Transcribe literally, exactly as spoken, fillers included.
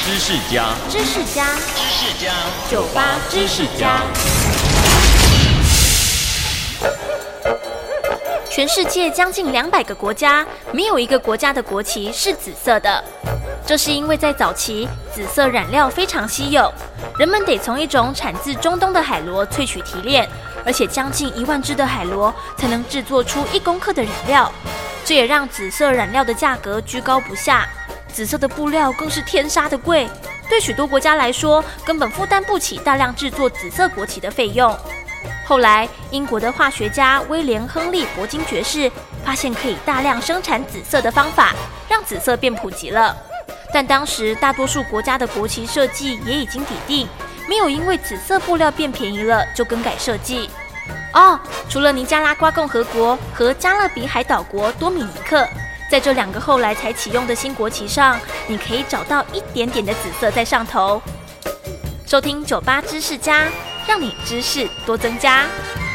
知识家， 知识家， 知识家， 酒吧知识家。全世界将近两百个国家，没有一个国家的国旗是紫色的。这是因为在早期，紫色染料非常稀有，人们得从一种产自中东的海螺萃取提炼，而且将近一万只的海螺才能制作出一公克的染料。这也让紫色染料的价格居高不下。紫色的布料更是天杀的贵，对许多国家来说，根本负担不起大量制作紫色国旗的费用。后来，英国的化学家威廉·亨利·铂金爵士发现可以大量生产紫色的方法，让紫色变普及了。但当时大多数国家的国旗设计也已经底定，没有因为紫色布料变便宜了就更改设计。哦，除了尼加拉瓜共和国和加勒比海岛国多米尼克，在这两个后来才启用的新国旗上，你可以找到一点点的紫色在上头。收听酒吧知识家，让你知识多增加。